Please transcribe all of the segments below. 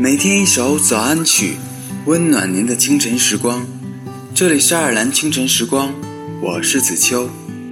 每天一首早安曲，温暖您的清晨时光。这里是爱尔兰清晨时光，我是子秋。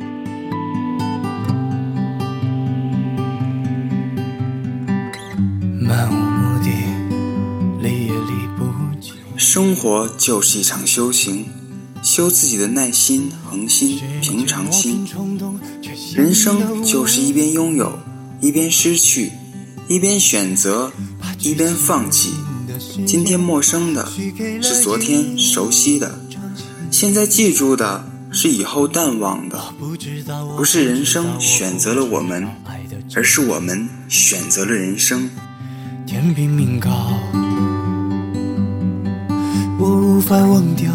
漫无目的，离也离不去。 生活就是一场修行，修自己的耐心、恒心、平常心。人生就是一边拥有，一边失去，一边选择，一边放弃。今天陌生的是昨天熟悉的，现在记住的是以后淡忘的。不是人生选择了我们，而是我们选择了人生。 天平明高，我无法忘掉，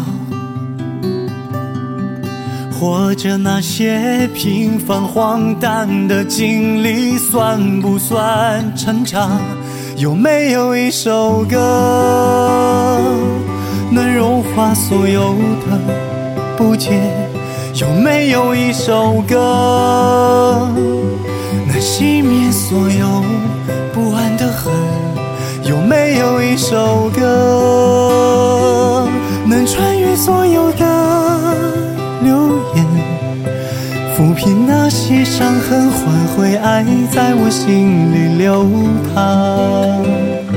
或者那些平凡荒诞的经历算不算成长？有没有一首歌能融化所有的不解？有没有一首歌能熄灭所有不安的恨？有没有一首歌能穿越所有的流言，抚平那些伤痕，换回爱在我心里流淌？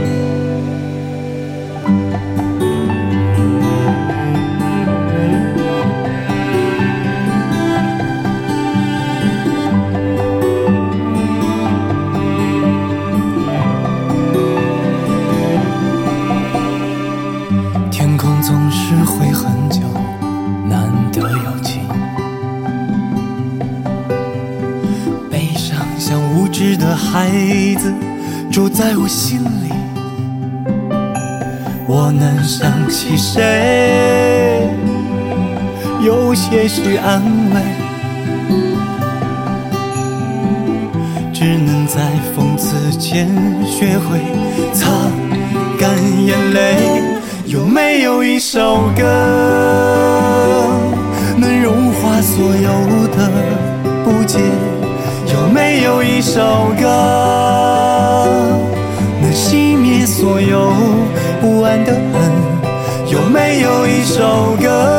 天空总是会很久，难得有晴。悲伤像无知的孩子住在我心里，我能想起谁？有些许安慰，只能在讽刺间学会擦干眼泪。有没有一首歌能融化所有的不解？有没有一首歌能熄灭所有不安的恨？有没有一首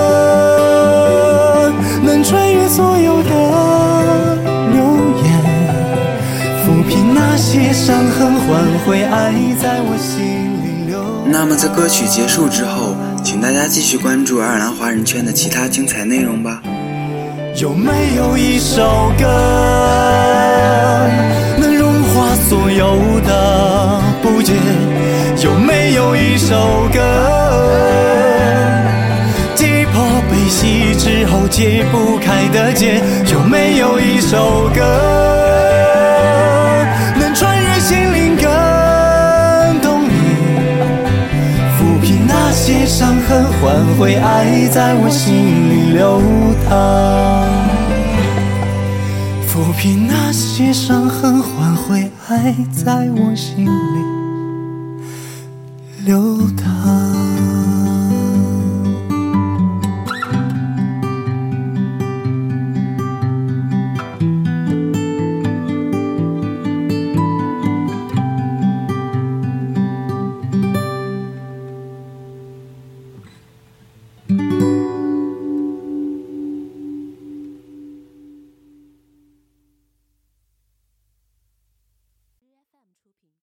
歌能穿越所有的流言，抚平那些伤痕，换回爱在我心里流淌？ 那么在歌曲结束之后，请大家继续关注爱尔兰华人圈的其他精彩内容吧。 有没有一首歌能融化所有的不解？有没有一首歌击破悲喜之后解不开的结？有没有一首歌能穿越心灵更懂你，抚平那些伤痕，换回爱在我心里流淌？抚平那些伤痕，换回爱在我心里流淌。